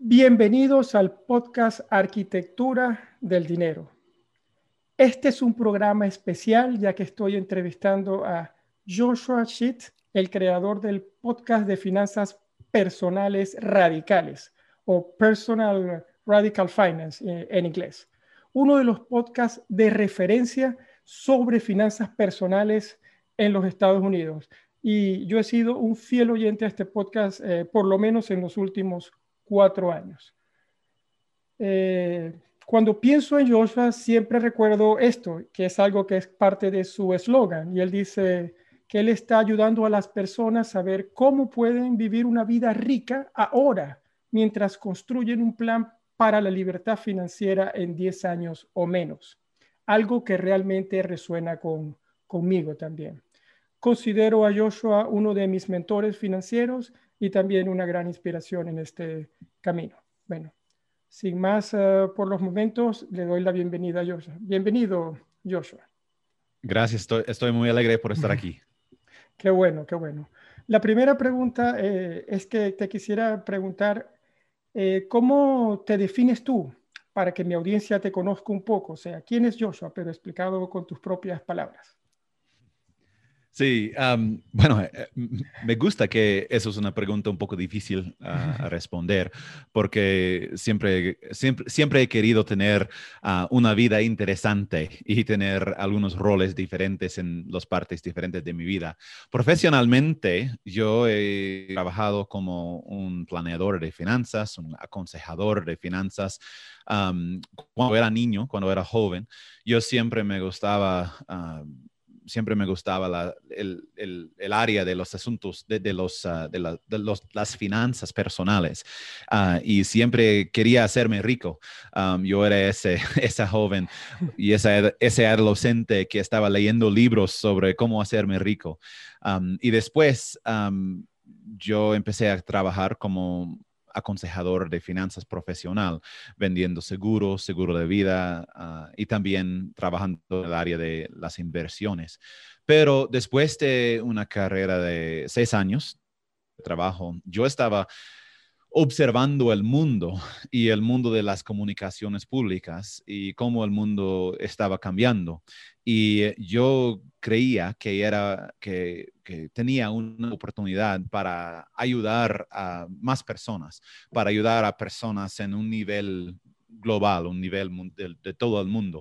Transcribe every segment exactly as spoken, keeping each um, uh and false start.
Bienvenidos al podcast Arquitectura del Dinero. Este es un programa especial ya que estoy entrevistando a Joshua Schitt, el creador del podcast de finanzas personales radicales o Personal Radical Finance eh, en inglés. Uno de los podcasts de referencia sobre finanzas personales en los Estados Unidos. Y yo he sido un fiel oyente a este podcast eh, por lo menos en los últimos cuatro años. Eh, cuando pienso en Joshua, siempre recuerdo esto, que es algo que es parte de su eslogan. Y él dice que él está ayudando a las personas a ver cómo pueden vivir una vida rica ahora, mientras construyen un plan para la libertad financiera en diez años o menos. Algo que realmente resuena con, conmigo también. Considero a Joshua uno de mis mentores financieros y también una gran inspiración en este camino. Bueno, sin más uh, por los momentos, le doy la bienvenida a Joshua. Bienvenido, Joshua. Gracias, estoy, estoy muy alegre por estar aquí. Qué bueno, qué bueno. La primera pregunta eh, es que te quisiera preguntar, eh, ¿cómo te defines tú para que mi audiencia te conozca un poco? O sea, ¿quién es Joshua? Pero explicado con tus propias palabras. Sí, um, bueno, eh, me gusta que eso es una pregunta un poco difícil uh, a responder, porque siempre, siempre, siempre he querido tener uh, una vida interesante y tener algunos roles diferentes en las partes diferentes de mi vida. Profesionalmente, yo he trabajado como un planeador de finanzas, un aconsejador de finanzas. Um, cuando era niño, cuando era joven, yo siempre me gustaba... Uh, siempre me gustaba la, el, el, el área de los asuntos, de, de, los, uh, de, la, de los, las finanzas personales. Uh, y siempre quería hacerme rico. Um, yo era ese, esa joven y esa, ese adolescente que estaba leyendo libros sobre cómo hacerme rico. Um, y después um, yo empecé a trabajar como aconsejador de finanzas profesional, vendiendo seguros, seguro de vida uh, y también trabajando en el área de las inversiones. Pero después de una carrera de seis años de trabajo, yo estaba observando el mundo y el mundo de las comunicaciones públicas y cómo el mundo estaba cambiando. Y yo creía que, era, que, que tenía una oportunidad para ayudar a más personas, para ayudar a personas en un nivel global, un nivel de, de todo el mundo.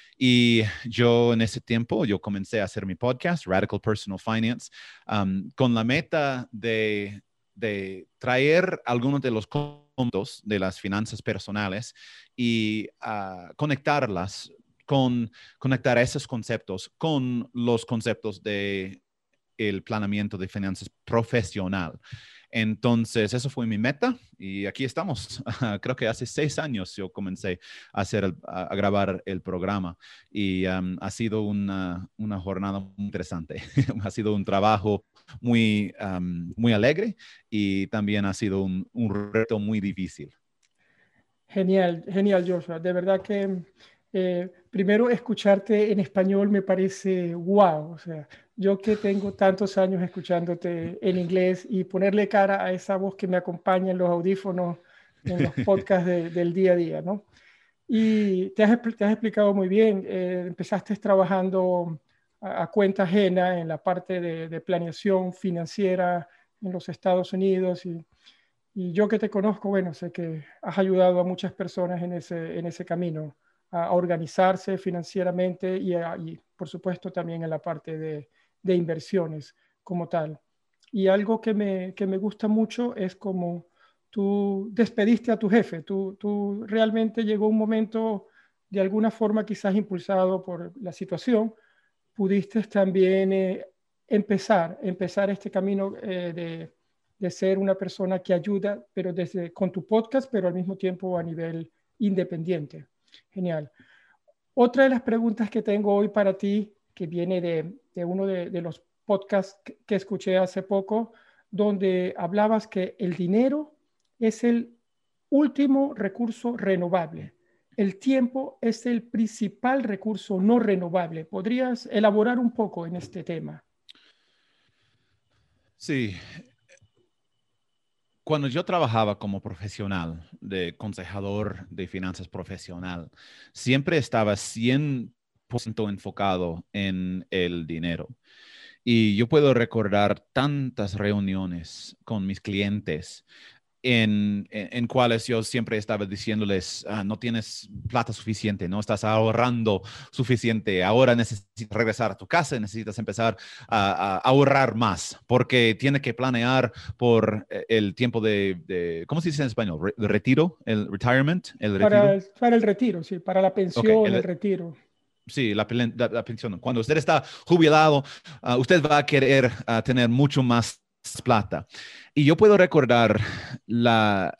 Y yo en ese tiempo, yo comencé a hacer mi podcast, Radical Personal Finance, um, con la meta de de traer algunos de los conceptos de las finanzas personales y uh, conectarlas con, conectar esos conceptos con los conceptos de el planeamiento de finanzas profesional. Entonces, eso fue mi meta y aquí estamos. Creo que hace seis años yo comencé a, hacer el, a grabar el programa y um, ha sido una, una jornada muy interesante. Ha sido un trabajo muy, um, muy alegre y también ha sido un, un reto muy difícil. Genial, genial, Joshua. De verdad que eh, primero escucharte en español me parece wow. O sea, yo que tengo tantos años escuchándote en inglés y ponerle cara a esa voz que me acompaña en los audífonos, en los podcasts de, del día a día, ¿no? Y te has, te has explicado muy bien. Eh, empezaste trabajando a, a cuenta ajena en la parte de, de planeación financiera en los Estados Unidos y y yo que te conozco, bueno, sé que has ayudado a muchas personas en ese, en ese camino, a organizarse financieramente y, a, y por supuesto también en la parte de, de inversiones como tal. Y algo que me, que me gusta mucho es como tú despediste a tu jefe, tú, tú realmente llegó un momento de alguna forma quizás impulsado por la situación, pudiste también eh, empezar, empezar este camino eh, de de ser una persona que ayuda, pero desde con tu podcast, pero al mismo tiempo a nivel independiente. Genial. Otra de las preguntas que tengo hoy para ti, que viene de, de uno de, de los podcasts que, que escuché hace poco, donde hablabas que el dinero es el último recurso renovable. El tiempo es el principal recurso no renovable. ¿Podrías elaborar un poco en este tema? Sí. cuando yo trabajaba como profesional, de consejador de finanzas profesional, siempre estaba cien por ciento enfocado en el dinero. Y yo puedo recordar tantas reuniones con mis clientes en, en, en cuales yo siempre estaba diciéndoles, ah, no tienes plata suficiente, no estás ahorrando suficiente, ahora necesitas regresar a tu casa, necesitas empezar a, a ahorrar más, porque tienes que planear por el tiempo de, de ¿cómo se dice en español? Re, de retiro, el retirement, el Para retiro. el, para el retiro, sí, para la Ok, pensión, el el, retiro. sí, la, la, la pensión. Cuando usted está jubilado, uh, usted va a querer uh, tener mucho más plata. Y yo puedo recordar la,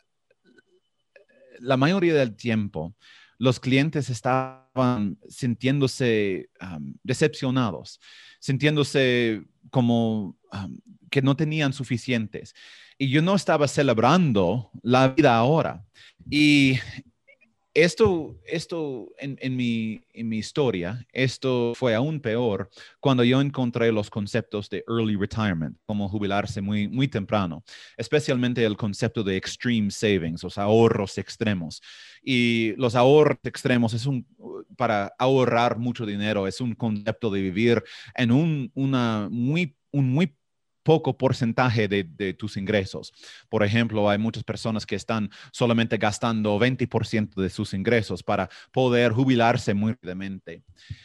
la mayoría del tiempo, los clientes estaban sintiéndose um, decepcionados, sintiéndose como um, que no tenían suficientes. Y yo no estaba celebrando la vida ahora. Y esto, esto en, en, mi, en mi historia, esto fue aún peor cuando yo encontré los conceptos de early retirement, como jubilarse muy, muy temprano, especialmente el concepto de extreme savings, los ahorros extremos. Y los ahorros extremos es un, para ahorrar mucho dinero, es un concepto de vivir en un, una muy, un muy poco porcentaje de, de, tus ingresos. Por ejemplo, hay muchas personas que están solamente gastando veinte por ciento de sus ingresos para poder jubilarse muy rápidamente.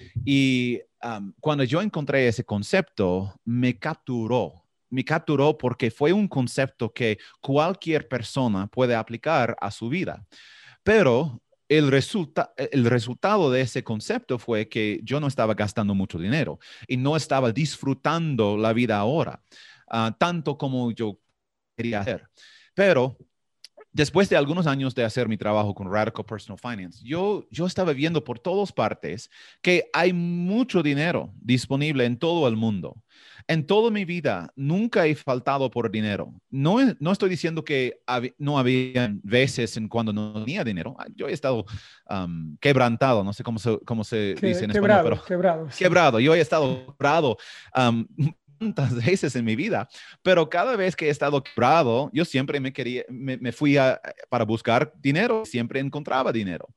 Y um, cuando yo encontré ese concepto, me capturó. Me capturó porque fue un concepto que cualquier persona puede aplicar a su vida. Pero el, resulta, el resultado de ese concepto fue que yo no estaba gastando mucho dinero y no estaba disfrutando la vida ahora, uh, tanto como yo quería hacer. Pero después de algunos años de hacer mi trabajo con Radical Personal Finance, yo, yo estaba viendo por todas partes que hay mucho dinero disponible en todo el mundo. En toda mi vida nunca he faltado por dinero. No, no estoy diciendo que hab no había veces en cuando no tenía dinero. Yo he estado um, quebrantado, no sé cómo se, cómo se dice Que, en español, pero quebrado, quebrado, sí. quebrado. Yo he estado quebrado um, tantas veces en mi vida, pero cada vez que he estado quebrado, yo siempre me quería, me, me fui a, para buscar dinero, siempre encontraba dinero.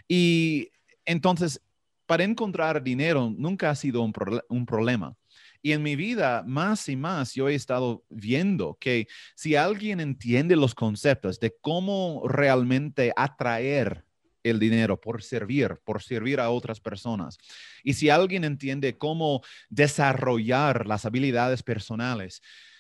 Y entonces, para encontrar dinero nunca ha sido un, pro, un problema. Y en mi vida, más y más, yo he estado viendo que si alguien entiende los conceptos de cómo realmente atraer el dinero por servir, por servir a otras personas, y si alguien entiende cómo desarrollar las habilidades personales,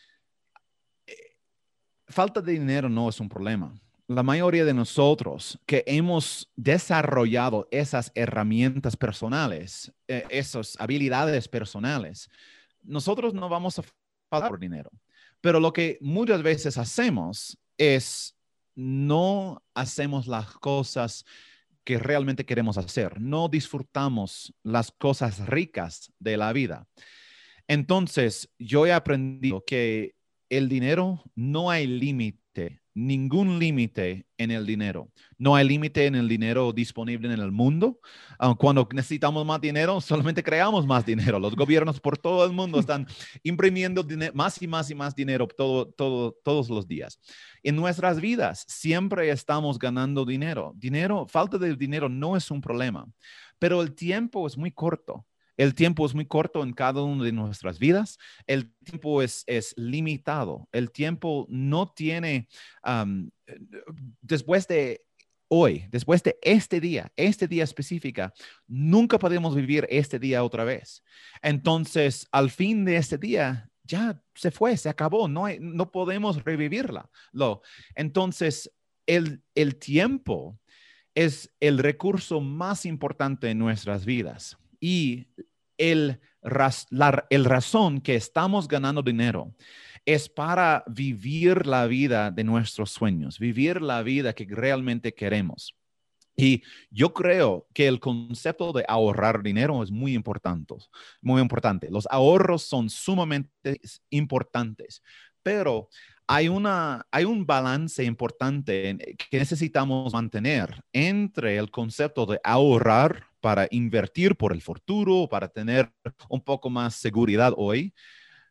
falta de dinero no es un problema. La mayoría de nosotros que hemos desarrollado esas herramientas personales, eh, esas habilidades personales, nosotros no vamos a pagar por dinero. Pero lo que muchas veces hacemos es no hacemos las cosas que realmente queremos hacer. No disfrutamos las cosas ricas de la vida. Entonces, yo he aprendido que el dinero no hay límite, ningún límite en el dinero. No hay límite en el dinero disponible en el mundo. Uh, cuando necesitamos más dinero, solamente creamos más dinero. Los gobiernos por todo el mundo están imprimiendo más y más y más dinero todo, todo, todos los días. En nuestras vidas siempre estamos ganando dinero. Dinero, falta de dinero no es un problema, pero el tiempo es muy corto. El tiempo es muy corto en cada una de nuestras vidas. El tiempo es, es limitado. El tiempo no tiene, um, después de hoy, después de este día, este día específico, nunca podemos vivir este día otra vez. Entonces, al fin de este día, ya se fue, se acabó. No, hay, no podemos revivirla. Lo. Entonces, el, el tiempo es el recurso más importante en nuestras vidas. Y el, raz, la, el razón que estamos ganando dinero es para vivir la vida de nuestros sueños, vivir la vida que realmente queremos. Y yo creo que el concepto de ahorrar dinero es muy importante, muy importante. Los ahorros son sumamente importantes, pero hay, una, hay un balance importante que necesitamos mantener entre el concepto de ahorrar para invertir por el futuro, para tener un poco más seguridad hoy,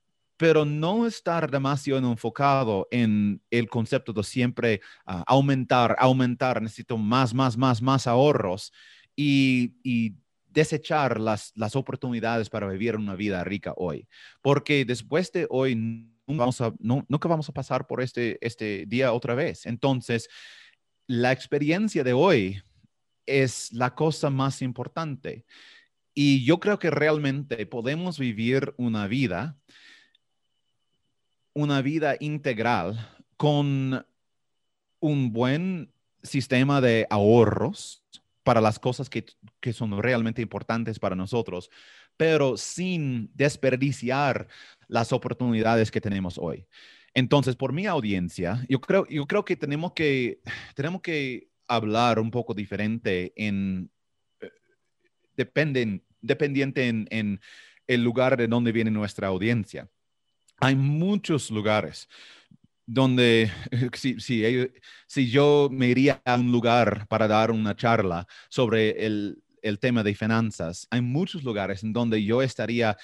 pero no estar demasiado enfocado en el concepto de siempre uh, aumentar, aumentar, necesito más, más, más, más ahorros y, y desechar las, las oportunidades para vivir una vida rica hoy. Porque después de hoy, nunca vamos a, no, nunca vamos a pasar por este, este día otra vez. Entonces, la experiencia de hoy es la cosa más importante. Y yo creo que realmente podemos vivir una vida una vida integral con un buen sistema de ahorros para las cosas que, que son realmente importantes para nosotros, pero sin desperdiciar las oportunidades que tenemos hoy. Entonces, por mi audiencia, yo creo, yo creo que tenemos que, tenemos que hablar un poco diferente en, eh, dependen, dependiente en, en el lugar de donde viene nuestra audiencia. Hay muchos lugares donde si, si, ellos- si yo me iría a un lugar para dar una charla sobre el, el tema de finanzas, hay muchos lugares en donde yo estaría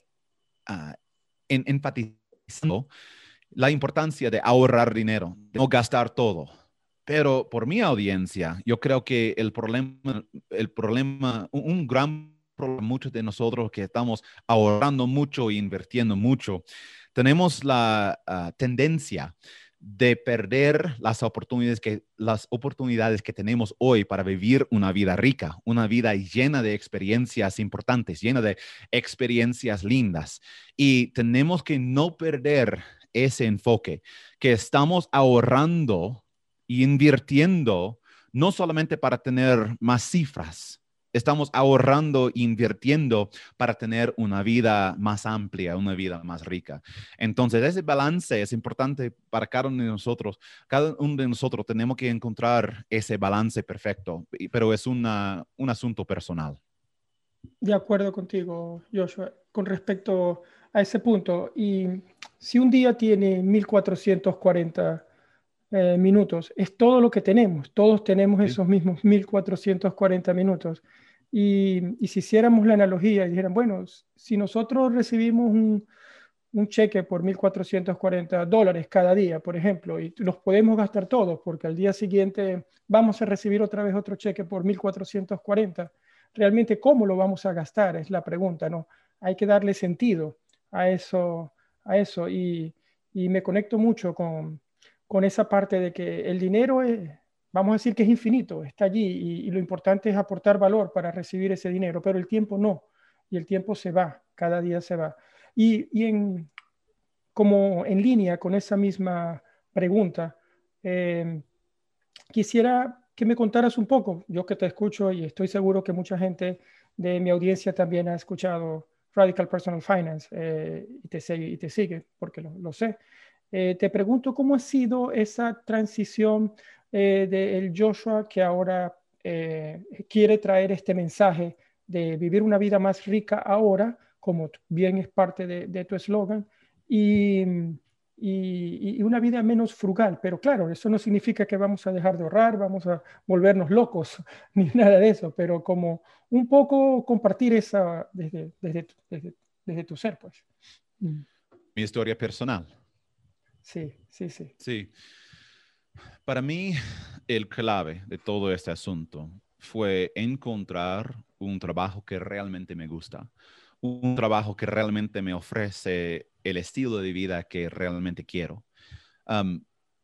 uh, en, enfatizando la importancia de ahorrar dinero, de no gastar todo. Pero por mi audiencia, yo creo que el problema, el problema, un, un gran problema, muchos de nosotros que estamos ahorrando mucho e invirtiendo mucho, tenemos la uh, tendencia de perder las oportunidades que, las oportunidades que tenemos hoy para vivir una vida rica, una vida llena de experiencias importantes, llena de experiencias lindas. Y tenemos que no perder ese enfoque, que estamos ahorrando e invirtiendo no solamente para tener más cifras, estamos ahorrando e invirtiendo para tener una vida más amplia, una vida más rica. Entonces, ese balance es importante para cada uno de nosotros. Cada uno de nosotros tenemos que encontrar ese balance perfecto, pero es una, un asunto personal. De acuerdo contigo, Joshua, con respecto a ese punto. Y si un día tiene mil cuatrocientos cuarenta eh, minutos, es todo lo que tenemos. Todos tenemos Sí. esos mismos mil cuatrocientos cuarenta minutos. Y, y si hiciéramos la analogía y dijeran, bueno, si nosotros recibimos un, un cheque por mil cuatrocientos cuarenta dólares cada día, por ejemplo, y los podemos gastar todos, porque al día siguiente vamos a recibir otra vez otro cheque por mil cuatrocientos cuarenta. Realmente, ¿cómo lo vamos a gastar? Es la pregunta, ¿no? Hay que darle sentido a eso, a eso. Y, y me conecto mucho con, con esa parte de que el dinero es, vamos a decir que es infinito, está allí y, y lo importante es aportar valor para recibir ese dinero, pero el tiempo no, y el tiempo se va, cada día se va. Y, y en, como en línea con esa misma pregunta, eh, quisiera que me contaras un poco, yo que te escucho y estoy seguro que mucha gente de mi audiencia también ha escuchado Radical Personal Finance eh, y, te sigue, y te sigue, porque lo, lo sé. Eh, te pregunto cómo ha sido esa transición eh, del Joshua que ahora eh, quiere traer este mensaje de vivir una vida más rica ahora, como bien es parte de, de tu eslogan, y, y, y, una vida menos frugal. Pero claro, eso no significa que vamos a dejar de ahorrar, vamos a volvernos locos, ni nada de eso, pero como un poco compartir esa desde, desde, desde, desde tu ser, pues. Mi historia personal. Sí, sí, sí. Sí. Para mí, el clave de todo este asunto fue encontrar un trabajo que realmente me gusta, un trabajo que realmente me ofrece el estilo de vida que realmente quiero. Um,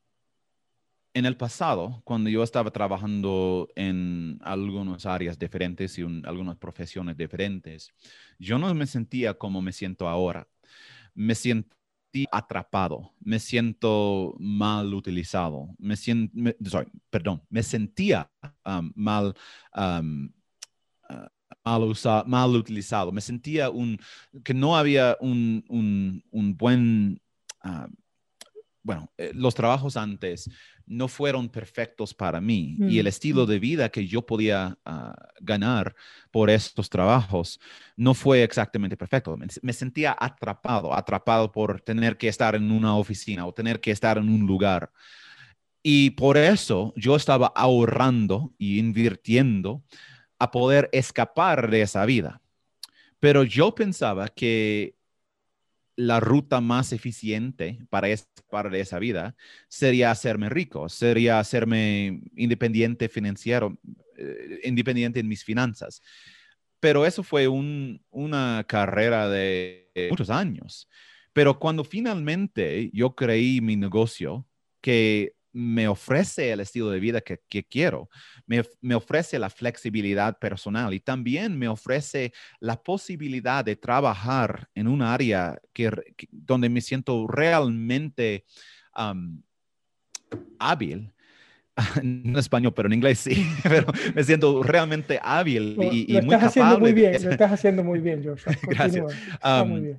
en el pasado, cuando yo estaba trabajando en algunas áreas diferentes y un, algunas profesiones diferentes, yo no me sentía como me siento ahora. Me siento atrapado, me siento mal utilizado, me siento, me, sorry, perdón, me sentía um, mal, um, uh, mal, usa, mal utilizado, me sentía un, que no había un, un, un buen, uh, bueno, eh, los trabajos antes no fueron perfectos para mí y el Mm, estilo mm. de vida que yo podía uh, ganar por estos trabajos no fue exactamente perfecto. Me, me sentía atrapado, atrapado por tener que estar en una oficina o tener que estar en un lugar. Y por eso yo estaba ahorrando y invirtiendo a poder escapar de esa vida. Pero yo pensaba que la ruta más eficiente para, es, para esa vida sería hacerme rico, sería hacerme independiente financiero, eh, independiente en mis finanzas. Pero eso fue un, una carrera de muchos años. Pero cuando finalmente yo creí mi negocio, que me ofrece el estilo de vida que, que quiero, me, me ofrece la flexibilidad personal y también me ofrece la posibilidad de trabajar en un área que, que, donde me siento realmente um, hábil. No en español, pero en inglés sí, pero me siento realmente hábil Lo, y, lo y muy estás haciendo muy capaz de... bien, lo estás haciendo muy bien, Joshua. Gracias. Continúa, está muy Um, bien.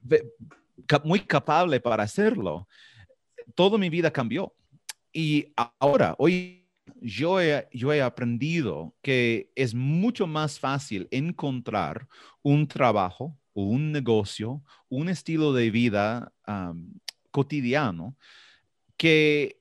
muy capaz para hacerlo. Toda mi vida cambió. Y ahora, hoy yo he, yo he aprendido que es mucho más fácil encontrar un trabajo, un negocio, un estilo de vida um, cotidiano que,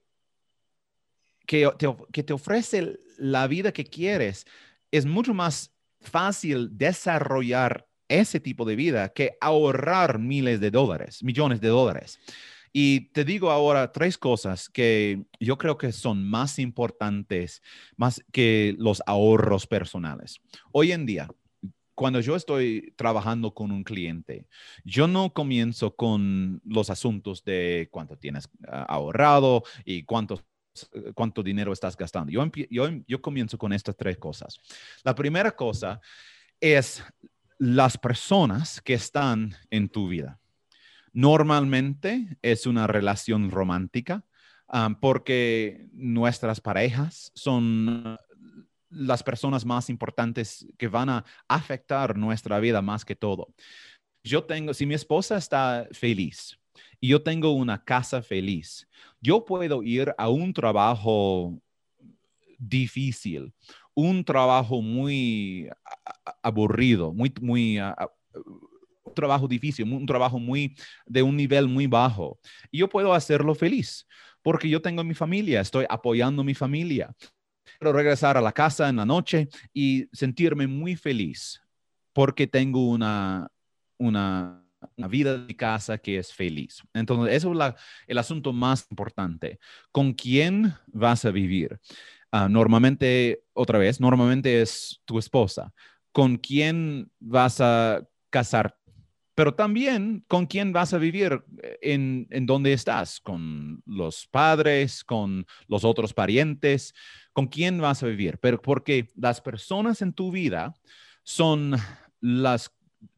que, te, que te ofrece la vida que quieres. Es mucho más fácil desarrollar ese tipo de vida que ahorrar miles de dólares, millones de dólares. Y te digo ahora tres cosas que yo creo que son más importantes, más que los ahorros personales. Hoy en día, cuando yo estoy trabajando con un cliente, yo no comienzo con los asuntos de cuánto tienes uh, ahorrado y cuánto, cuánto dinero estás gastando. Yo, yo, yo comienzo con estas tres cosas. La primera cosa es las personas que están en tu vida. Normalmente es una relación romántica um, porque nuestras parejas son las personas más importantes que van a afectar nuestra vida más que todo. Yo tengo, si mi esposa está feliz y yo tengo una casa feliz, yo puedo ir a un trabajo difícil, un trabajo muy aburrido, muy, muy, uh, un trabajo difícil, un trabajo muy de un nivel muy bajo. Y yo puedo hacerlo feliz porque yo tengo mi familia, estoy apoyando a mi familia. Quiero regresar a la casa en la noche y sentirme muy feliz porque tengo una, una, una vida de casa que es feliz. Entonces, eso es la, el asunto más importante. ¿Con quién vas a vivir? Uh, normalmente, otra vez, normalmente es tu esposa. ¿Con quién vas a casarte? Pero también con quién vas a vivir en, en donde estás, con los padres, con los otros parientes, con quién vas a vivir. Pero porque las personas en tu vida son las,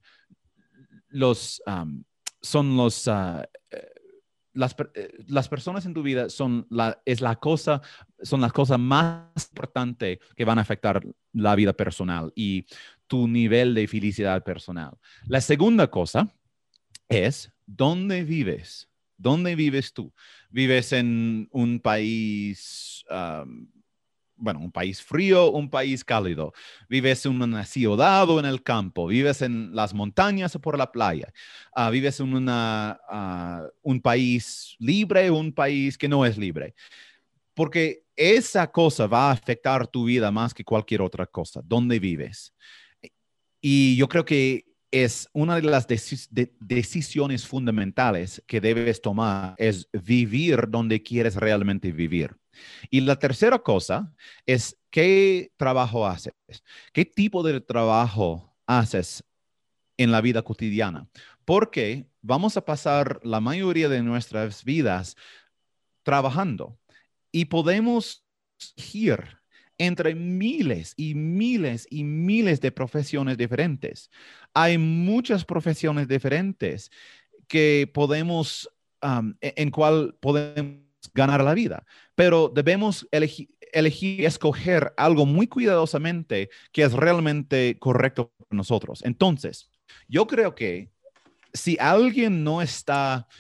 los, um, son los, uh, las, las personas en tu vida son la, es la cosa, son las cosas más importantes que van a afectar la vida personal y tu nivel de felicidad personal. La segunda cosa es dónde vives. ¿Dónde vives tú? ¿Vives en un país, um, bueno, un país frío, un país cálido? ¿Vives en una ciudad o en el campo? ¿Vives en las montañas o por la playa? Uh, ¿Vives en una, uh, un país libre o un país que no es libre? Porque esa cosa va a afectar tu vida más que cualquier otra cosa. ¿Dónde vives? Y yo creo que es una de las deci de decisiones fundamentales que debes tomar, es vivir donde quieres realmente vivir. Y la tercera cosa es qué trabajo haces, qué tipo de trabajo haces en la vida cotidiana, porque vamos a pasar la mayoría de nuestras vidas trabajando y podemos elegir entre miles y miles y miles de profesiones diferentes. Hay muchas profesiones diferentes que podemos, um, en cual podemos ganar la vida, pero debemos elegir, elegir y escoger algo muy cuidadosamente que es realmente correcto para nosotros. Entonces, yo creo que si alguien no está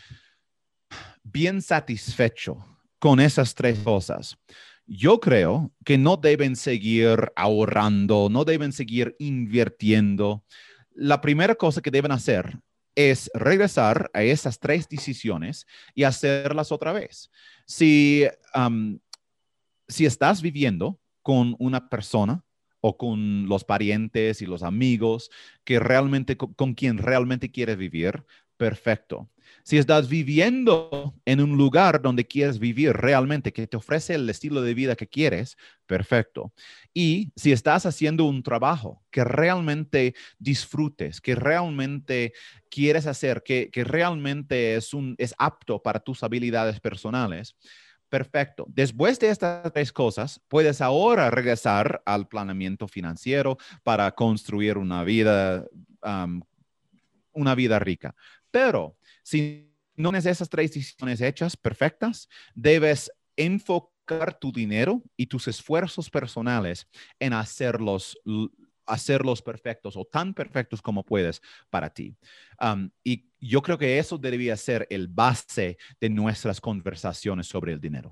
bien satisfecho con esas tres cosas, yo creo que no deben seguir ahorrando, no deben seguir invirtiendo. La primera cosa que deben hacer es regresar a esas tres decisiones y hacerlas otra vez. Si, um, si estás viviendo con una persona o con los parientes y los amigos que realmente, con, con quien realmente quieres vivir, perfecto. Si estás viviendo en un lugar donde quieres vivir realmente, que te ofrece el estilo de vida que quieres, perfecto. Y si estás haciendo un trabajo que realmente disfrutes, que realmente quieres hacer, que, que realmente es, un, es apto para tus habilidades personales, perfecto. Después de estas tres cosas, puedes ahora regresar al planeamiento financiero para construir una vida, um, una vida rica. Pero si no tienes esas tres decisiones hechas perfectas, debes enfocar tu dinero y tus esfuerzos personales en hacerlos, hacerlos perfectos o tan perfectos como puedes para ti. Um, y yo creo que eso debería ser el base de nuestras conversaciones sobre el dinero.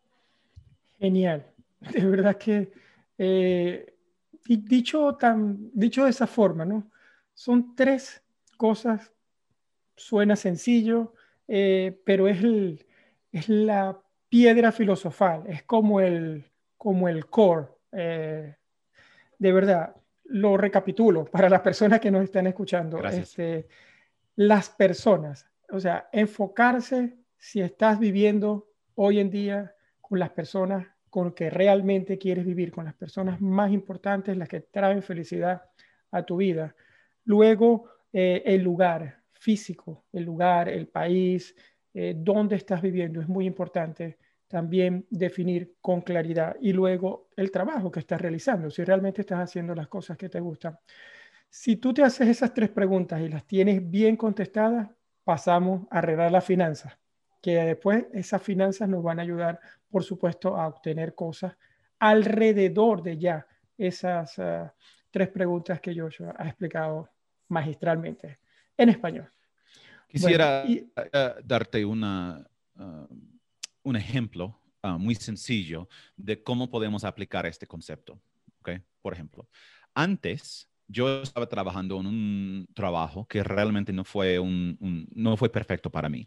Genial. De verdad que eh, dicho, tan, dicho de esa forma, ¿no? Son tres cosas. Suena sencillo, eh, pero es, el, es la piedra filosofal, es como el, como el core. Eh, de verdad, lo recapitulo para las personas que nos están escuchando. Gracias. Este, las personas, o sea, enfocarse si estás viviendo hoy en día con las personas con que realmente quieres vivir, con las personas más importantes, las que traen felicidad a tu vida. Luego, eh, el lugar físico, el lugar, el país, eh, dónde estás viviendo, es muy importante también definir con claridad. Y luego el trabajo que estás realizando, si realmente estás haciendo las cosas que te gustan. Si tú te haces esas tres preguntas y las tienes bien contestadas, pasamos a arreglar las finanzas, que después esas finanzas nos van a ayudar, por supuesto, a obtener cosas alrededor de ya esas uh, tres preguntas que Joshua ha explicado magistralmente en español. Bueno, Quisiera y uh, darte una, uh, un ejemplo uh, muy sencillo de cómo podemos aplicar este concepto. ¿Okay? Por ejemplo, antes yo estaba trabajando en un trabajo que realmente no fue, un, un, no fue perfecto para mí.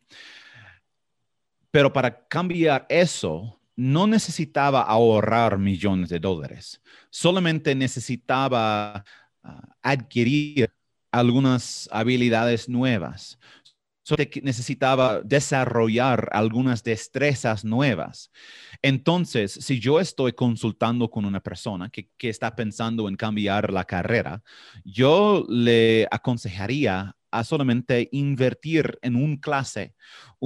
Pero para cambiar eso, no necesitaba ahorrar millones de dólares. Solamente necesitaba uh, adquirir algunas habilidades nuevas. Solo necesitaba desarrollar algunas destrezas nuevas. Entonces, si yo estoy consultando con una persona que, que está pensando en cambiar la carrera, yo le aconsejaría a solamente invertir en un clase,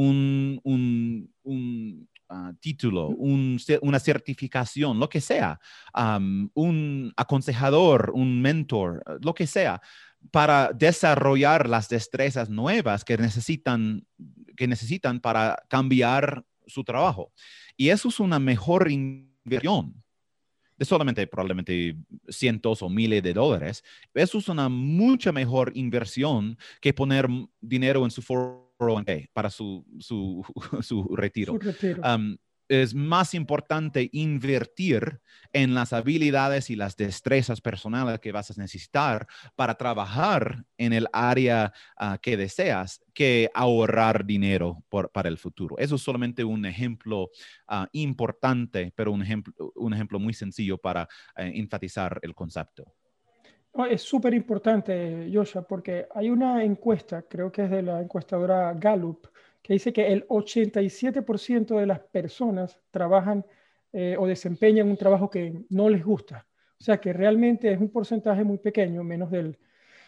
un, un, un uh, título, un, una certificación, lo que sea, um, un aconsejador, un mentor, lo que sea, para desarrollar las destrezas nuevas que necesitan, que necesitan para cambiar su trabajo. Y eso es una mejor inversión de solamente probablemente cientos o miles de dólares. Eso es una mucha mejor inversión que poner dinero en su cuatro oh one k para su, su, su retiro. su retiro. Um, es más importante invertir en las habilidades y las destrezas personales que vas a necesitar para trabajar en el área uh, que deseas que ahorrar dinero por, para el futuro. Eso es solamente un ejemplo uh, importante, pero un ejemplo, un ejemplo muy sencillo para uh, enfatizar el concepto. No, es súper importante, Joshua, porque hay una encuesta, creo que es de la encuestadora Gallup, que dice que el ochenta y siete por ciento de las personas trabajan eh, o desempeñan un trabajo que no les gusta. O sea que realmente es un porcentaje muy pequeño, menos del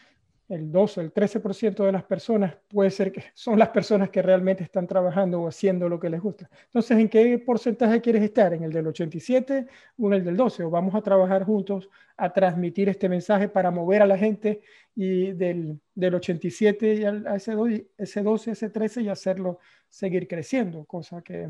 el doce, el trece por ciento de las personas puede ser que son las personas que realmente están trabajando o haciendo lo que les gusta. Entonces, ¿en qué porcentaje quieres estar? ¿En el del ochenta y siete o en el del doce? ¿O vamos a trabajar juntos a transmitir este mensaje para mover a la gente y del, del ochenta y siete a ese, ese doce, ese trece y hacerlo seguir creciendo? Cosa que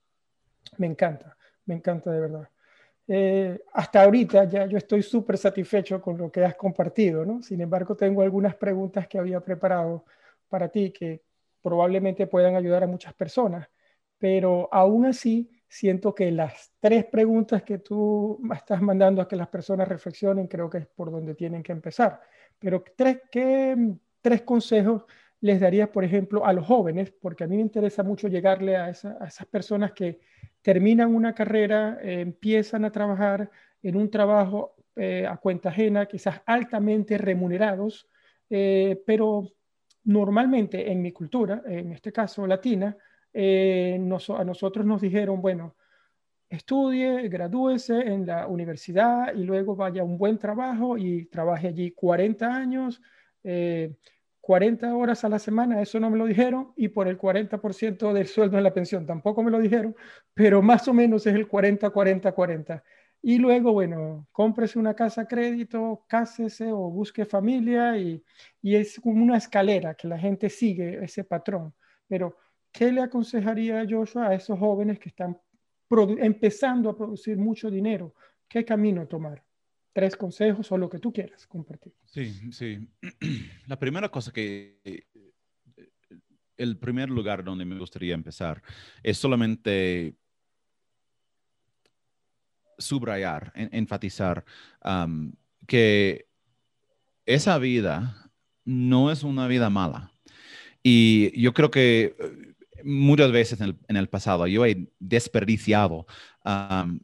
me encanta, me encanta de verdad. Eh, hasta ahorita ya yo estoy súper satisfecho con lo que has compartido, ¿no? Sin embargo, tengo algunas preguntas que había preparado para ti que probablemente puedan ayudar a muchas personas, pero aún así siento que las tres preguntas que tú me estás mandando a que las personas reflexionen, creo que es por donde tienen que empezar. Pero tres, ¿qué tres consejos les darías, por ejemplo, a los jóvenes? Porque a mí me interesa mucho llegarle a, esa, a esas personas que terminan una carrera, eh, empiezan a trabajar en un trabajo eh, a cuenta ajena, quizás altamente remunerados, eh, pero normalmente en mi cultura, en este caso latina, eh, nos- a nosotros nos dijeron, bueno, estudie, gradúese en la universidad y luego vaya a un buen trabajo y trabaje allí cuarenta años, eh, cuarenta horas a la semana, eso no me lo dijeron, y por el cuarenta por ciento del sueldo en la pensión tampoco me lo dijeron, pero más o menos es el cuarenta, cuarenta, cuarenta. Y luego, bueno, cómprese una casa a crédito, cásese o busque familia y, y es como una escalera que la gente sigue ese patrón. Pero, ¿qué le aconsejaría Joshua a esos jóvenes que están empezando a producir mucho dinero? ¿Qué camino tomar? Tres consejos o lo que tú quieras compartir. Sí, sí. La primera cosa que, el primer lugar donde me gustaría empezar es solamente subrayar, en, enfatizar um, que esa vida no es una vida mala. Y yo creo que eh, muchas veces en el, en el pasado yo he desperdiciado um,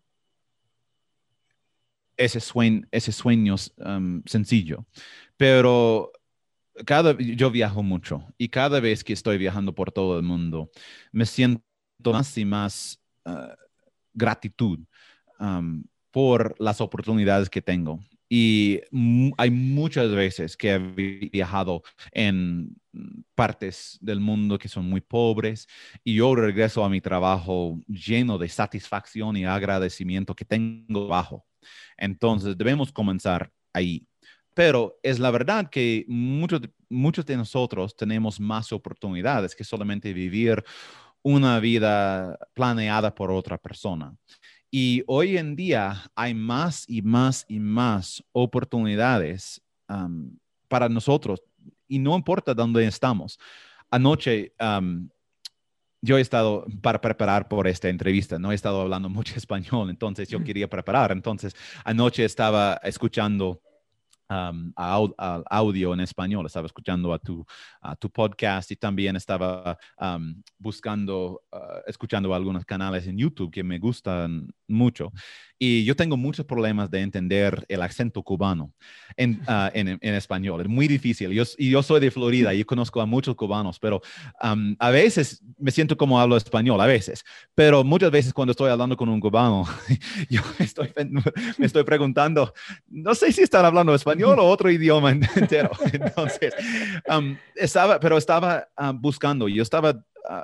ese, sueño, ese sueño um, sencillo. Pero cada, yo viajo mucho y cada vez que estoy viajando por todo el mundo, me siento más y más uh, gratitud um, por las oportunidades que tengo. Y hay muchas veces que he viajado en partes del mundo que son muy pobres y yo regreso a mi trabajo lleno de satisfacción y agradecimiento que tengo bajo. Entonces debemos comenzar ahí. Pero es la verdad que muchos, muchos de nosotros tenemos más oportunidades que solamente vivir una vida planeada por otra persona. Y hoy en día hay más y más y más oportunidades um, para nosotros y no importa dónde estamos. Anoche um, yo he estado para preparar por esta entrevista, no he estado hablando mucho español, entonces yo quería preparar. Entonces anoche estaba escuchando Um, a, a audio en español, estaba escuchando a tu, a tu podcast y también estaba um, buscando, uh, escuchando algunos canales en YouTube que me gustan mucho. Y yo tengo muchos problemas de entender el acento cubano en, uh, en, en español. Es muy difícil. Yo, y yo soy de Florida y conozco a muchos cubanos, pero um, a veces me siento como hablo español, a veces. Pero muchas veces cuando estoy hablando con un cubano, yo estoy, me estoy preguntando, no sé si están hablando español o otro idioma entero. Entonces, um, estaba, pero estaba uh, buscando, yo estaba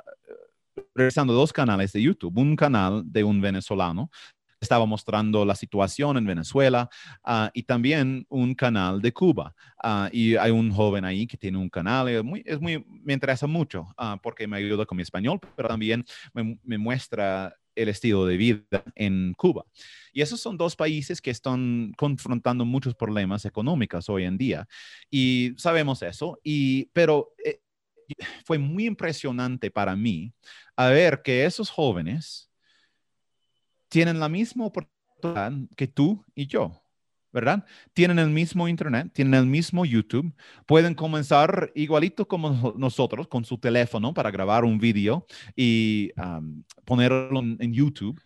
uh, revisando dos canales de YouTube, un canal de un venezolano, estaba mostrando la situación en Venezuela uh, y también un canal de Cuba. Uh, y hay un joven ahí que tiene un canal, es muy, es muy, me interesa mucho uh, porque me ayuda con mi español, pero también me, me muestra el estilo de vida en Cuba. Y esos son dos países que están confrontando muchos problemas económicos hoy en día. Y sabemos eso, y, pero eh, fue muy impresionante para mí a ver que esos jóvenes tienen la misma oportunidad que tú y yo, ¿verdad? Tienen el mismo Internet, tienen el mismo YouTube, pueden comenzar igualito como nosotros con su teléfono para grabar un video y um, ponerlo en, en YouTube.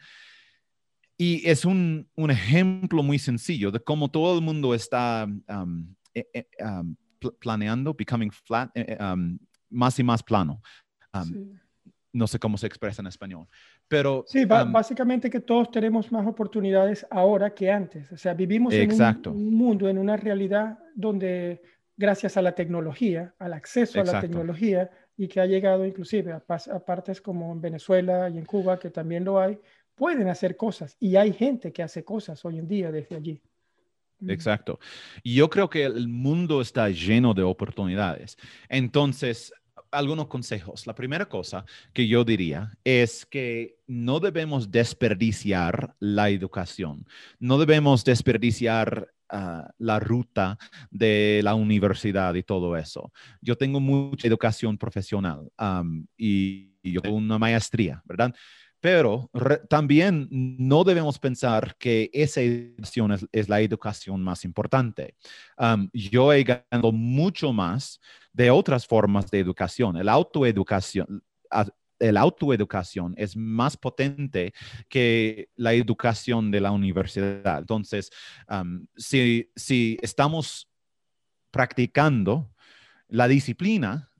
Y es un, un, ejemplo muy sencillo de cómo todo el mundo está um, eh, eh, um, pl planeando, becoming flat, eh, um, más y más plano. Um, Sí. no sé cómo se expresa en español, pero... Sí, Um, básicamente que todos tenemos más oportunidades ahora que antes. O sea, vivimos en un, exacto, un mundo, en una realidad donde gracias a la tecnología, al acceso a la exacto. tecnología y que ha llegado inclusive a, a partes como en Venezuela y en Cuba, que también lo hay, pueden hacer cosas y hay gente que hace cosas hoy en día desde allí. Mm. Exacto. Y yo creo que el mundo está lleno de oportunidades. Entonces, algunos consejos. La primera cosa que yo diría es que no debemos desperdiciar la educación. No debemos desperdiciar uh, la ruta de la universidad y todo eso. Yo tengo mucha educación profesional um, y, y yo tengo una maestría, ¿verdad? Pero re, también no debemos pensar que esa educación es, es la educación más importante. Um, yo he ganado mucho más de otras formas de educación. El autoeducación, el autoeducación es más potente que la educación de la universidad. Entonces, um, si, si estamos practicando la disciplina,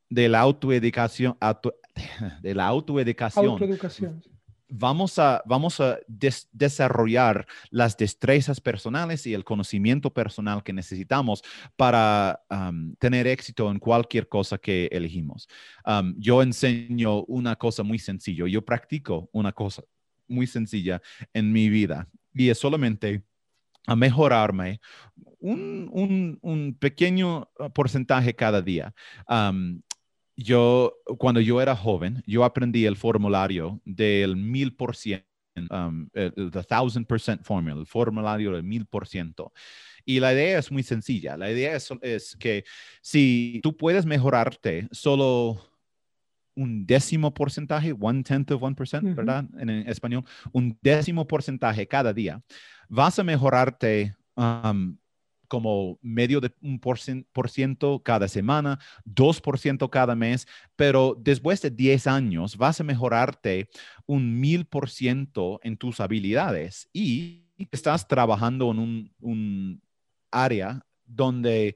de la autoeducación, auto, de la autoeducación, Autoeducación. vamos a, vamos a des desarrollar las destrezas personales y el conocimiento personal que necesitamos para um, tener éxito en cualquier cosa que elegimos. Um, yo enseño una cosa muy sencilla, yo practico una cosa muy sencilla en mi vida y es solamente a mejorarme un, un, un pequeño porcentaje cada día. Um, Yo, cuando yo era joven, yo aprendí el formulario del mil por ciento, um, el, el the thousand percent formula, el formulario del mil por ciento. Y la idea es muy sencilla. La idea es, es que si tú puedes mejorarte solo un décimo porcentaje, one tenth of one percent, Uh-huh. ¿verdad? En, en español, un décimo porcentaje cada día, vas a mejorarte um, como medio de un por ciento cada semana, dos por ciento cada mes, pero después de diez años vas a mejorarte un mil por ciento en tus habilidades y estás trabajando en un, un área donde,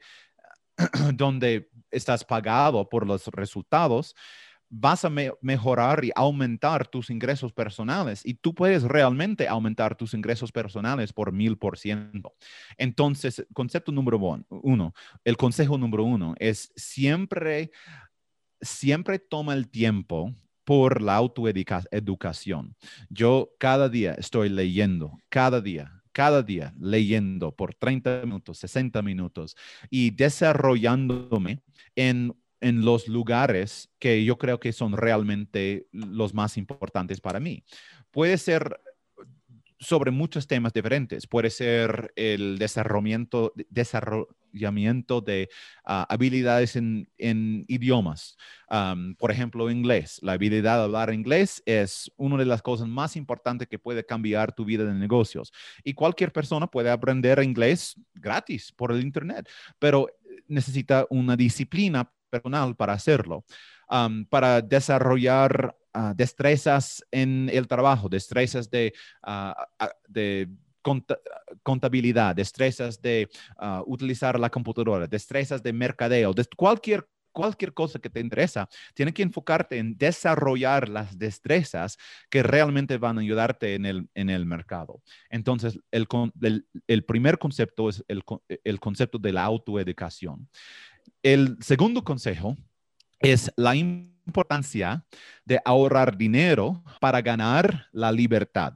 donde estás pagado por los resultados. Vas a me mejorar y aumentar tus ingresos personales y tú puedes realmente aumentar tus ingresos personales por mil por ciento. Entonces, concepto número uno, el consejo número uno es siempre, siempre toma el tiempo por la autoeducación. Yo cada día estoy leyendo, cada día, cada día leyendo por treinta minutos, sesenta minutos y desarrollándome en en los lugares que yo creo que son realmente los más importantes para mí. Puede ser sobre muchos temas diferentes. Puede ser el desarrollamiento, desarrollamiento de uh, habilidades en, en idiomas. Um, por ejemplo, inglés. La habilidad de hablar inglés es una de las cosas más importantes que puede cambiar tu vida de negocios. Y cualquier persona puede aprender inglés gratis por el Internet, pero necesita una disciplina personal para hacerlo, um, para desarrollar uh, destrezas en el trabajo, destrezas de, uh, de contabilidad, destrezas de uh, utilizar la computadora, destrezas de mercadeo, de cualquier cualquier cosa que te interesa, tienes que enfocarte en desarrollar las destrezas que realmente van a ayudarte en el, en el mercado. Entonces, el, el, el primer concepto es el, el concepto de la autoeducación. El segundo consejo es la importancia de ahorrar dinero para ganar la libertad.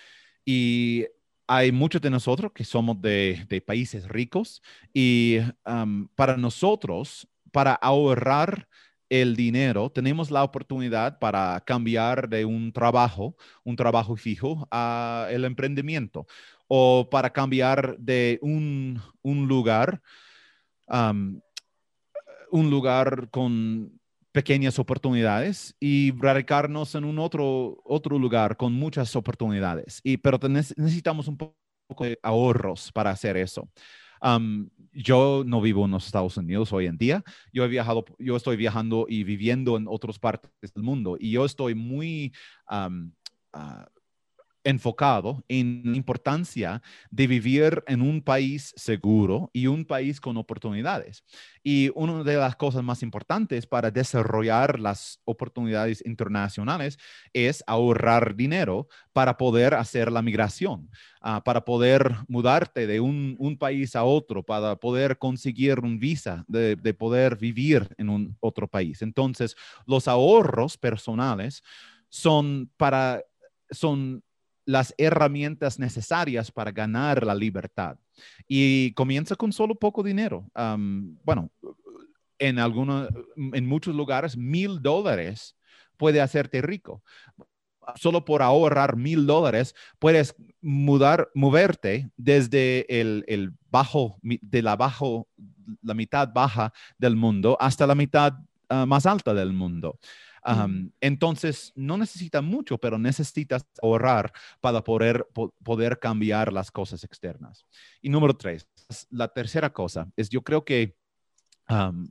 Y hay muchos de nosotros que somos de, de países ricos y um, para nosotros, para ahorrar el dinero, tenemos la oportunidad para cambiar de un trabajo, un trabajo fijo, a el emprendimiento o para cambiar de un, un lugar um, un lugar con pequeñas oportunidades y radicarnos en un otro, otro lugar con muchas oportunidades. Y, pero necesitamos un poco de ahorros para hacer eso. Um, yo no vivo en los Estados Unidos hoy en día. Yo he viajado, yo estoy viajando y viviendo en otras partes del mundo y yo estoy muy um, uh, enfocado en la importancia de vivir en un país seguro y un país con oportunidades. Y una de las cosas más importantes para desarrollar las oportunidades internacionales es ahorrar dinero para poder hacer la migración, uh, para poder mudarte de un, un país a otro, para poder conseguir un visa, de, de poder vivir en un otro país. Entonces, los ahorros personales son para, son las herramientas necesarias para ganar la libertad. Y comienza con solo poco dinero. Um, bueno, en, alguna, en muchos lugares, mil dólares puede hacerte rico. Solo por ahorrar mil dólares puedes mudar, moverte desde el, el bajo, de la, bajo, la mitad baja del mundo hasta la mitad uh, más alta del mundo. Um, entonces, no necesitas mucho, pero necesitas ahorrar para poder, po poder cambiar las cosas externas. Y número tres, la tercera cosa es, yo creo que um,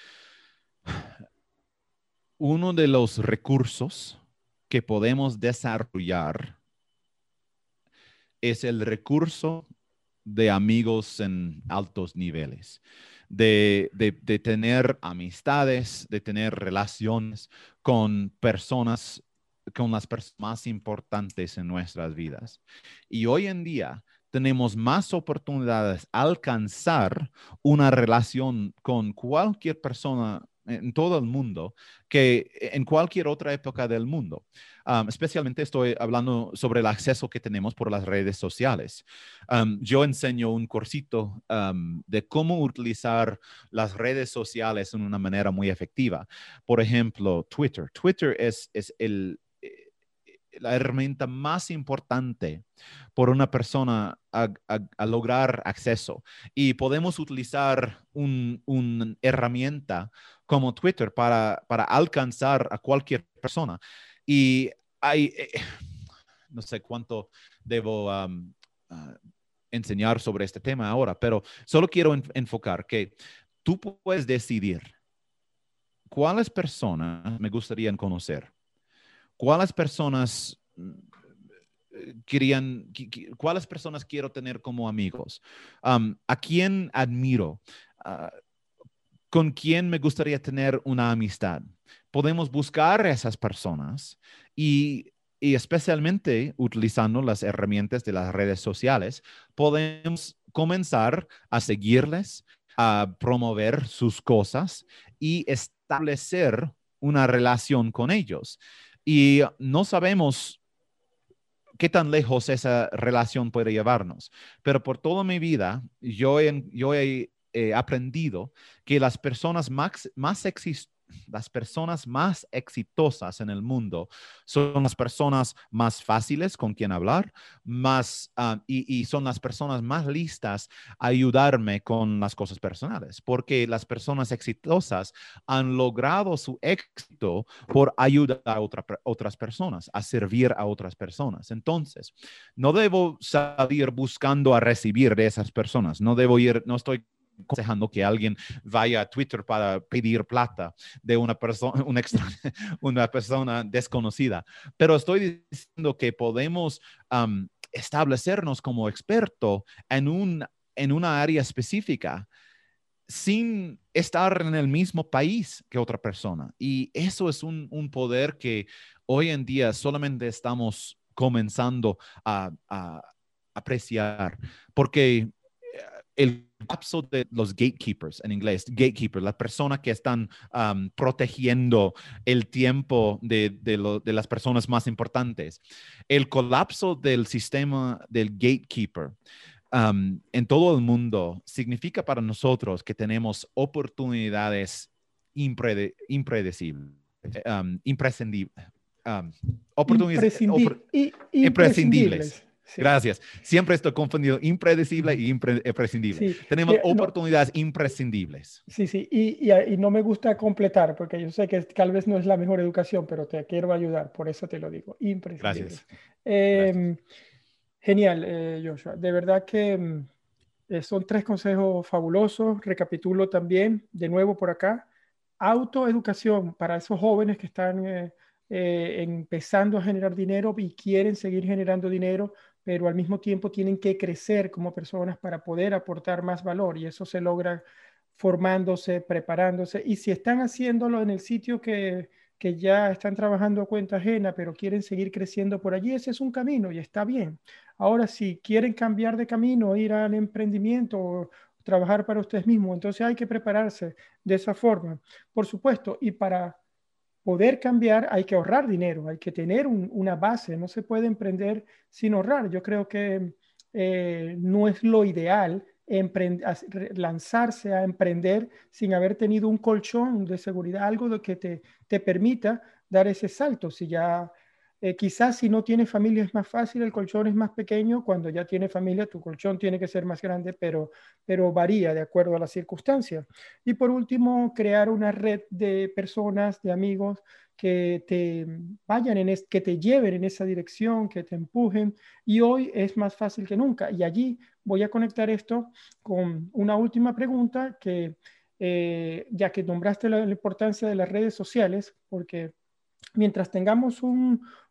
uno de los recursos que podemos desarrollar es el recurso de amigos en altos niveles, de, de, de tener amistades, de tener relaciones con personas, con las personas más importantes en nuestras vidas. Y hoy en día tenemos más oportunidades de alcanzar una relación con cualquier persona en todo el mundo que en cualquier otra época del mundo. Um, especialmente estoy hablando sobre el acceso que tenemos por las redes sociales. Um, yo enseño un cursito um, de cómo utilizar las redes sociales en una manera muy efectiva. Por ejemplo, Twitter. Twitter es, es el, la herramienta más importante por una persona a, a, a lograr acceso. Y podemos utilizar una un herramienta como Twitter para, para alcanzar a cualquier persona. Y hay, eh, no sé cuánto debo um, uh, enseñar sobre este tema ahora, pero solo quiero en, enfocar que tú puedes decidir cuáles personas me gustaría conocer, cuáles personas querían, cuáles personas quiero tener como amigos, um, a quién admiro, uh, con quién me gustaría tener una amistad. Podemos buscar a esas personas y, y especialmente utilizando las herramientas de las redes sociales, podemos comenzar a seguirles, a promover sus cosas y establecer una relación con ellos. Y no sabemos qué tan lejos esa relación puede llevarnos. Pero por toda mi vida, yo he, yo he eh, aprendido que las personas más, más exitosas, las personas más exitosas en el mundo son las personas más fáciles con quien hablar, más, uh, y, y son las personas más listas a ayudarme con las cosas personales, porque las personas exitosas han logrado su éxito por ayudar a otra, otras personas, a servir a otras personas. Entonces, no debo salir buscando a recibir de esas personas, no debo ir, no estoy aconsejando que alguien vaya a Twitter para pedir plata de una persona, una, una persona desconocida, pero estoy diciendo que podemos um, establecernos como experto en, un, en una área específica sin estar en el mismo país que otra persona. Y eso es un, un poder que hoy en día solamente estamos comenzando a, a apreciar, porque el colapso de los gatekeepers, en inglés, gatekeepers, las personas que están um, protegiendo el tiempo de, de, lo, de las personas más importantes. El colapso del sistema del gatekeeper um, en todo el mundo significa para nosotros que tenemos oportunidades impred impredecibles, um, imprescindibles. Um, oportunidades Imprescindi opor i, imprescindibles. imprescindibles. Sí. Gracias. Siempre estoy confundido. Impredecible y impre imprescindible. Sí. Tenemos Mira, oportunidades no, imprescindibles. sí, sí. Y, y, y no me gusta completar porque yo sé que tal vez no es la mejor educación, pero te quiero ayudar. Por eso te lo digo. Imprescindibles. Gracias. Gracias. Eh, genial, eh, Joshua. De verdad que mm, eh, son tres consejos fabulosos. Recapitulo también de nuevo por acá. Autoeducación para esos jóvenes que están eh, eh, empezando a generar dinero y quieren seguir generando dinero, pero al mismo tiempo tienen que crecer como personas para poder aportar más valor y eso se logra formándose, preparándose. Y si están haciéndolo en el sitio que, que ya están trabajando a cuenta ajena, pero quieren seguir creciendo por allí, ese es un camino y está bien. Ahora, si quieren cambiar de camino, ir al emprendimiento o trabajar para ustedes mismos, entonces hay que prepararse de esa forma, por supuesto, y para poder cambiar hay que ahorrar dinero, hay que tener un, una base, no se puede emprender sin ahorrar. Yo creo que eh, no es lo ideal lanzarse a emprender sin haber tenido un colchón de seguridad, algo de que te, te permita dar ese salto. Si ya eh, quizás si no tienes familia es más fácil, el colchón es más pequeño, cuando ya tienes familia tu colchón tiene que ser más grande, pero, pero varía de acuerdo a las circunstancias. Y por último, crear una red de personas, de amigos que te vayan en es, que te lleven en esa dirección, que te empujen. Y hoy es más fácil que nunca. Y allí voy a conectar esto con una última pregunta que, eh, ya que nombraste la, la importancia de las redes sociales, porque mientras tengamos un,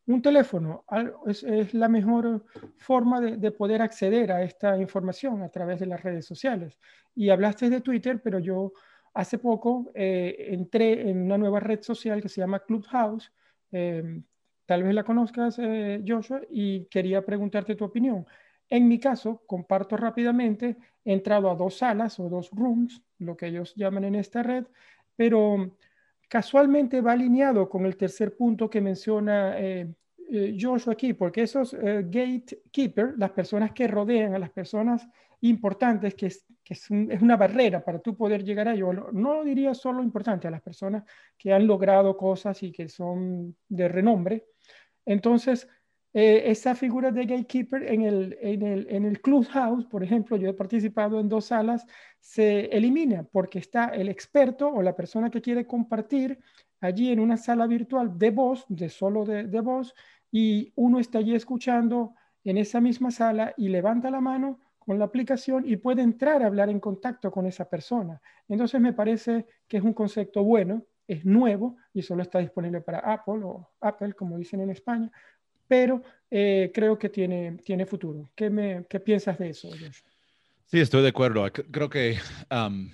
un teléfono al- es, es la mejor forma de, de poder acceder a esta información a través de las redes sociales. Y hablaste de Twitter, pero yo hace poco eh, entré en una nueva red social que se llama Clubhouse. Eh, Tal vez la conozcas, eh, Joshua, y quería preguntarte tu opinión. En mi caso, comparto rápidamente, he entrado a dos salas o dos rooms, lo que ellos llaman en esta red, pero casualmente va alineado con el tercer punto que menciona eh, eh, Joshua aquí, porque esos eh, gatekeepers, las personas que rodean a las personas importantes, que, es, que es, un, es, una barrera para tú poder llegar a ello, no, no diría solo importante, a las personas que han logrado cosas y que son de renombre. Entonces, eh, esa figura de gatekeeper en el, en, el, en el Clubhouse, por ejemplo, yo he participado en dos salas, se elimina porque está el experto o la persona que quiere compartir allí en una sala virtual de voz, de solo de, de voz, y uno está allí escuchando en esa misma sala y levanta la mano con la aplicación y puede entrar a hablar en contacto con esa persona. Entonces me parece que es un concepto bueno, es nuevo y solo está disponible para Apple o Apple, como dicen en España, pero eh, creo que tiene, tiene futuro. ¿Qué, me, qué piensas de eso, Josh? Sí, estoy de acuerdo. C- Creo que um,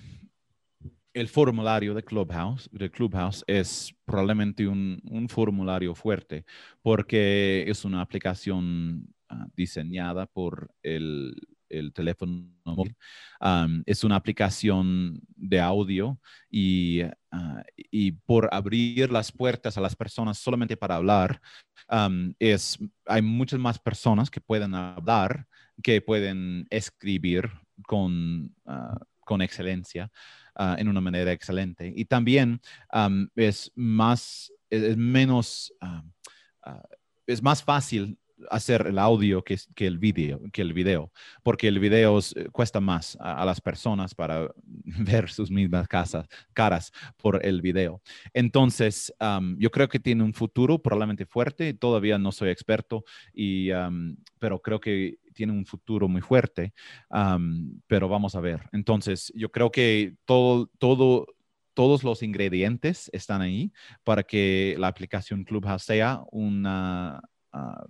el formulario de Clubhouse, de Clubhouse es probablemente un, un formulario fuerte porque es una aplicación uh, diseñada por el, el teléfono móvil. Um, es una aplicación de audio y, uh, y por abrir las puertas a las personas solamente para hablar, um, es, hay muchas más personas que pueden hablar, que pueden escribir con, uh, con excelencia uh, en una manera excelente. Y también um, es más, es, es menos, uh, uh, es más fácil hacer el audio que, que el video, que el video, porque el video es, cuesta más a, a, las personas para ver sus mismas casas, caras por el video. Entonces, um, yo creo que tiene un futuro probablemente fuerte. Todavía no soy experto, y, um, pero creo que tiene un futuro muy fuerte, um, pero vamos a ver. Entonces, yo creo que todo, todo, todos los ingredientes están ahí para que la aplicación Clubhouse sea una... Uh,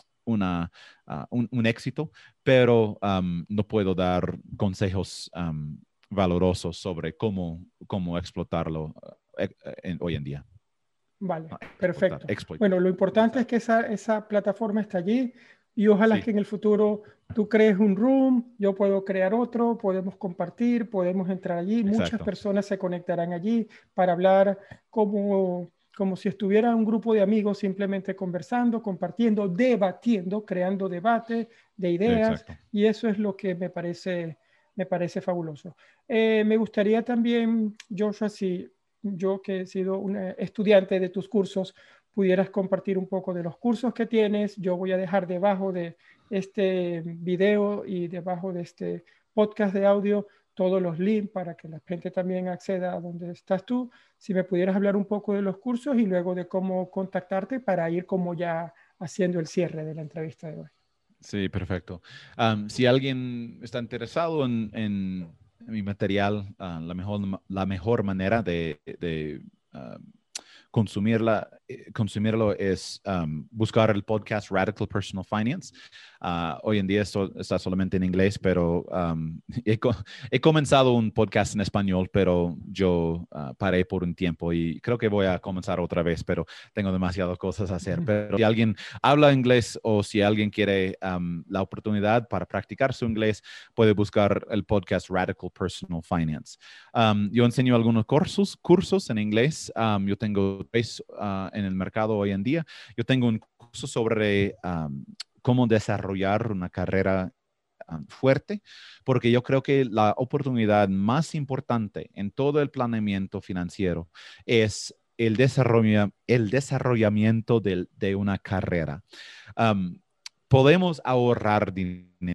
una, uh, un, un, éxito, pero um, no puedo dar consejos um, valorosos sobre cómo, cómo explotarlo uh, en, hoy en día. Vale, No, explotar, perfecto. exploit, Bueno, lo importante es que esa, esa plataforma está allí y ojalá sí, que en el futuro tú crees un room, yo puedo crear otro, podemos compartir, podemos entrar allí, muchas exacto. personas se conectarán allí para hablar como, como si estuviera un grupo de amigos simplemente conversando, compartiendo, debatiendo, creando debate de ideas, Exacto. y eso es lo que me parece, me parece fabuloso. Eh, me gustaría también, Joshua, si yo que he sido un estudiante de tus cursos, pudieras compartir un poco de los cursos que tienes. Yo voy a dejar debajo de este video y debajo de este podcast de audio todos los links para que la gente también acceda a donde estás tú. Si me pudieras hablar un poco de los cursos y luego de cómo contactarte para ir como ya haciendo el cierre de la entrevista de hoy. Sí, perfecto. Um, si alguien está interesado en, en mi material, uh, la, mejor, la mejor manera de, de uh, consumirla, eh, consumirlo es um, buscar el podcast Radical Personal Finance. Uh, hoy en día esto está solamente en inglés, pero um, he, co he, comenzado un podcast en español, pero yo uh, paré por un tiempo y creo que voy a comenzar otra vez, pero tengo demasiadas cosas a hacer. Pero si alguien habla inglés o si alguien quiere um, la oportunidad para practicar su inglés, puede buscar el podcast Radical Personal Finance. Um, yo enseño algunos cursos, cursos en inglés. Um, yo tengo tres uh, en el mercado hoy en día. Yo tengo un curso sobre um, cómo desarrollar una carrera um, fuerte, porque yo creo que la oportunidad más importante en todo el planeamiento financiero es el, desarrollo, el desarrollamiento de, de una carrera. Um, podemos ahorrar dinero,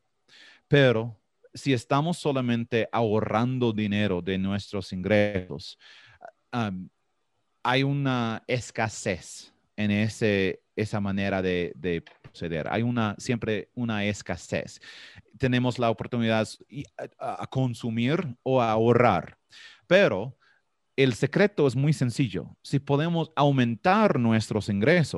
pero si estamos solamente ahorrando dinero de nuestros ingresos, um, hay una escasez en ese, esa manera de, de proceder. Hay una, siempre una escasez. Tenemos la oportunidad a, a consumir o a ahorrar, pero el secreto es muy sencillo. Si podemos aumentar nuestros ingresos,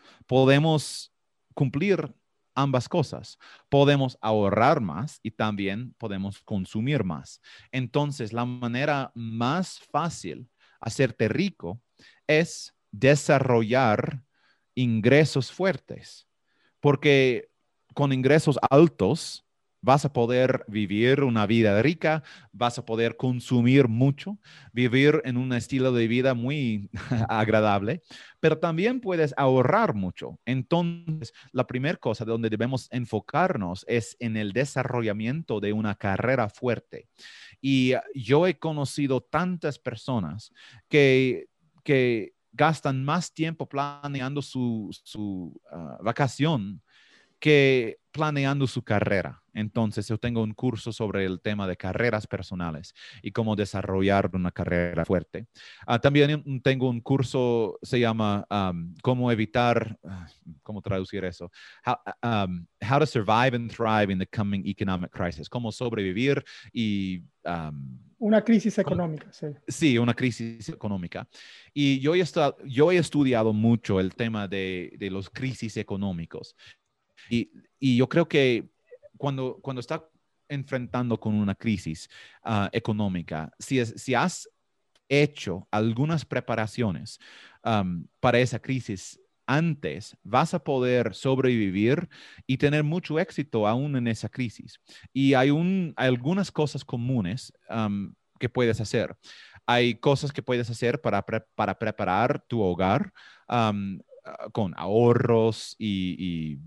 podemos cumplir ambas cosas. Podemos ahorrar más y también podemos consumir más. Entonces, la manera más fácil hacerte rico es desarrollar ingresos fuertes, porque con ingresos altos vas a poder vivir una vida rica, vas a poder consumir mucho, vivir en un estilo de vida muy agradable, pero también puedes ahorrar mucho. Entonces, la primera cosa donde debemos enfocarnos es en el desarrollamiento de una carrera fuerte. Y yo he conocido tantas personas que, que gastan más tiempo planeando su, su uh, vacación que planeando su carrera. Entonces, yo tengo un curso sobre el tema de carreras personales y cómo desarrollar una carrera fuerte. Uh, también tengo un curso, se llama um, Cómo evitar, uh, ¿cómo traducir eso? How, um, how to survive and thrive in the coming economic crisis. Cómo sobrevivir y... Um, Una crisis cómo, económica, sí. Sí, una crisis económica. Y yo he, estado, yo he estudiado mucho el tema de, de los crisis económicos. Y, y yo creo que cuando, cuando está enfrentando con una crisis uh, económica, si, es, si has hecho algunas preparaciones um, para esa crisis antes, vas a poder sobrevivir y tener mucho éxito aún en esa crisis. Y hay, un, hay algunas cosas comunes um, que puedes hacer. Hay cosas que puedes hacer para, pre para preparar tu hogar um, uh, con ahorros y, y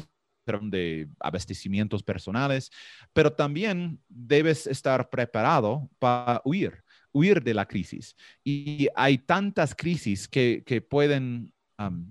de abastecimientos personales, pero también debes estar preparado para huir, huir de la crisis. Y hay tantas crisis que, que pueden, um,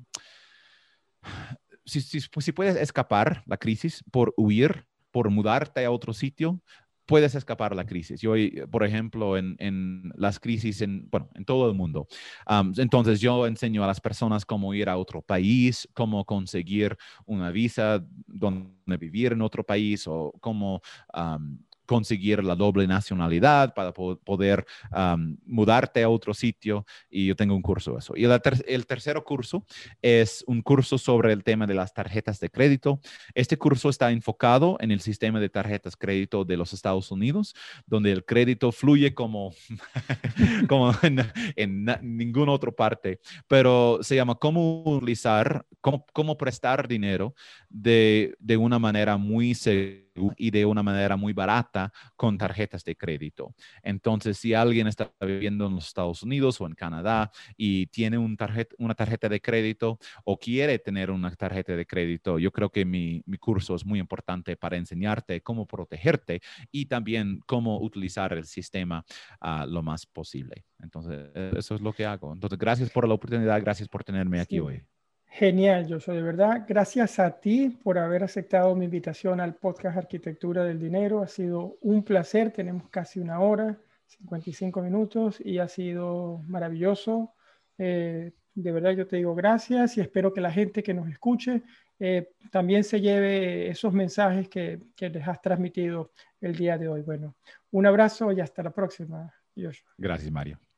si, si, si puedes escapar la crisis por huir, por mudarte a otro sitio, puedes escapar la crisis. Yo, por ejemplo, en, en las crisis, en, bueno, en todo el mundo. Um, entonces, yo enseño a las personas cómo ir a otro país, cómo conseguir una visa, donde vivir en otro país o cómo um, conseguir la doble nacionalidad para po poder um, mudarte a otro sitio. Y yo tengo un curso de eso. Y el, ter el tercer curso es un curso sobre el tema de las tarjetas de crédito. Este curso está enfocado en el sistema de tarjetas de crédito de los Estados Unidos, donde el crédito fluye como, como en, en ninguna otra parte, pero se llama cómo utilizar, cómo, cómo prestar dinero de, de una manera muy segura y de una manera muy barata con tarjetas de crédito. Entonces, si alguien está viviendo en los Estados Unidos o en Canadá y tiene un tarjeta, una tarjeta de crédito o quiere tener una tarjeta de crédito, yo creo que mi, mi curso es muy importante para enseñarte cómo protegerte y también cómo utilizar el sistema uh, lo más posible. Entonces, eso es lo que hago. Entonces, gracias por la oportunidad, gracias por tenerme aquí Sí. hoy. Genial, Joshua, de verdad. Gracias a ti por haber aceptado mi invitación al podcast Arquitectura del Dinero. Ha sido un placer. Tenemos casi una hora, cincuenta y cinco minutos, y ha sido maravilloso. Eh, de verdad, yo te digo gracias y espero que la gente que nos escuche eh, también se lleve esos mensajes que, que les has transmitido el día de hoy. Bueno, un abrazo y hasta la próxima, Joshua. Gracias, Mario.